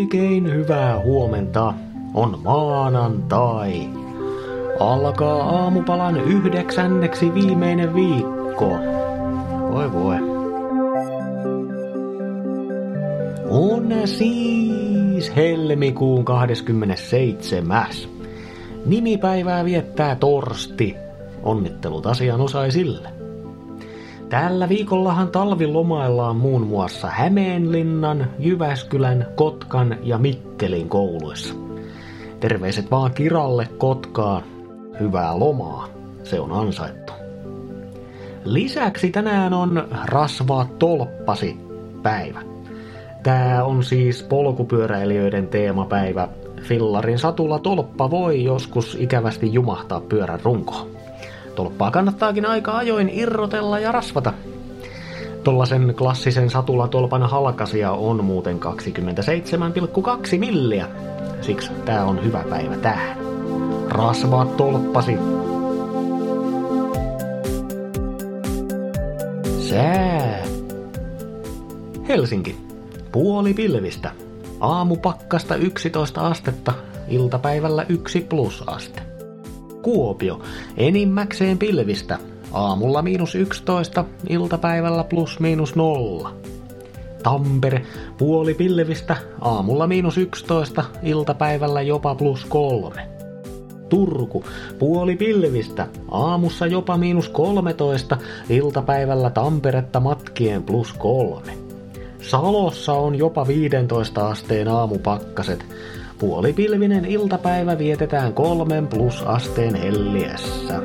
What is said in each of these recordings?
Oikein hyvää huomenta. On maanantai. Alkaa aamupalan 9. viimeinen viikko. Voi voi. On siis helmikuun 27. Nimipäivää viettää Torsti. Onnittelut asianosaisille. Tällä viikollahan talvilomaillaan muun muassa Hämeenlinnan, Jyväskylän, Kotkan ja Mikkelin kouluissa. Terveiset vaan Kiralle Kotkaan. Hyvää lomaa. Se on ansaittu. Lisäksi tänään on rasvaa tolppasi päivä. Tää on siis polkupyöräilijöiden teemapäivä. Fillarin satula tolppa voi joskus ikävästi jumahtaa pyörän runkoon. Tolppaa kannattaakin aika ajoin irrotella ja rasvata. Tollasen klassisen satulatolpan halkasia on muuten 27,2 milliä. Siksi tää on hyvä päivä tähän. Rasvaa tolppasi. Sää. Helsinki. Puoli pilvistä. Aamupakkasta 11 astetta. Iltapäivällä 1+aste. Kuopio. Enimmäkseen pilvistä. Aamulla -11, iltapäivällä +/-0. Tampere. Puoli pilvistä. Aamulla -11, iltapäivällä jopa +3. Turku. Puoli pilvistä. Aamussa jopa -13, iltapäivällä Tamperetta matkien +3. Salossa on jopa 15 asteen aamupakkaset. Puolipilvinen iltapäivä vietetään 3+ asteen helliessä.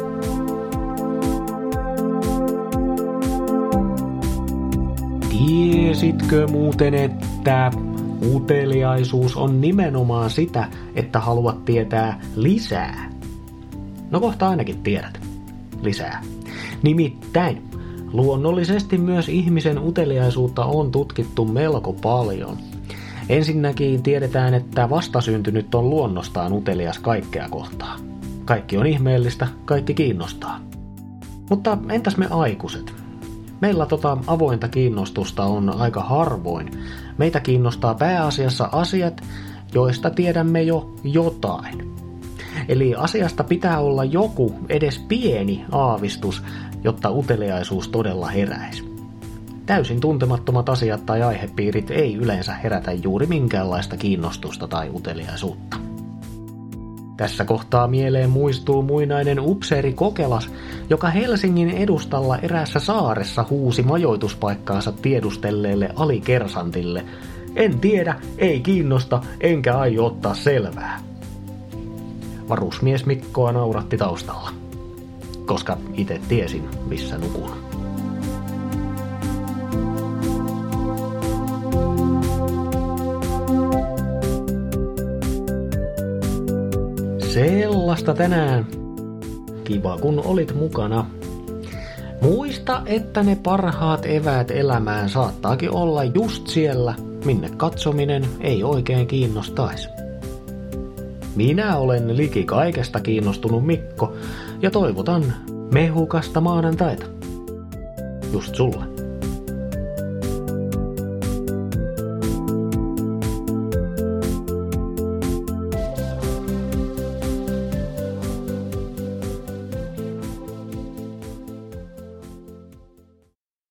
Tiesitkö muuten, että uteliaisuus on nimenomaan sitä, että haluat tietää lisää? No kohta ainakin tiedät. Lisää. Nimittäin, luonnollisesti myös ihmisen uteliaisuutta on tutkittu melko paljon. Ensinnäkin tiedetään, että vastasyntynyt on luonnostaan utelias kaikkea kohtaa. Kaikki on ihmeellistä, kaikki kiinnostaa. Mutta entäs me aikuiset? Meillä avointa kiinnostusta on aika harvoin. Meitä kiinnostaa pääasiassa asiat, joista tiedämme jo jotain. Eli asiasta pitää olla joku, edes pieni aavistus, jotta uteliaisuus todella heräisi. Täysin tuntemattomat asiat tai aihepiirit ei yleensä herätä juuri minkäänlaista kiinnostusta tai uteliaisuutta. Tässä kohtaa mieleen muistuu muinainen upseeri Kokelas, joka Helsingin edustalla eräässä saaressa huusi majoituspaikkaansa tiedustelleelle alikersantille: "En tiedä, ei kiinnosta, enkä aio ottaa selvää." Varusmies Mikkoa nauratti taustalla, koska itse tiesin, missä nukun. Sellaista tänään. Kiva kun olit mukana. Muista, että ne parhaat eväät elämään saattaakin olla just siellä, minne katsominen ei oikein kiinnostaisi. Minä olen liki kaikesta kiinnostunut Mikko ja toivotan mehukasta maanantaita. Just sulle.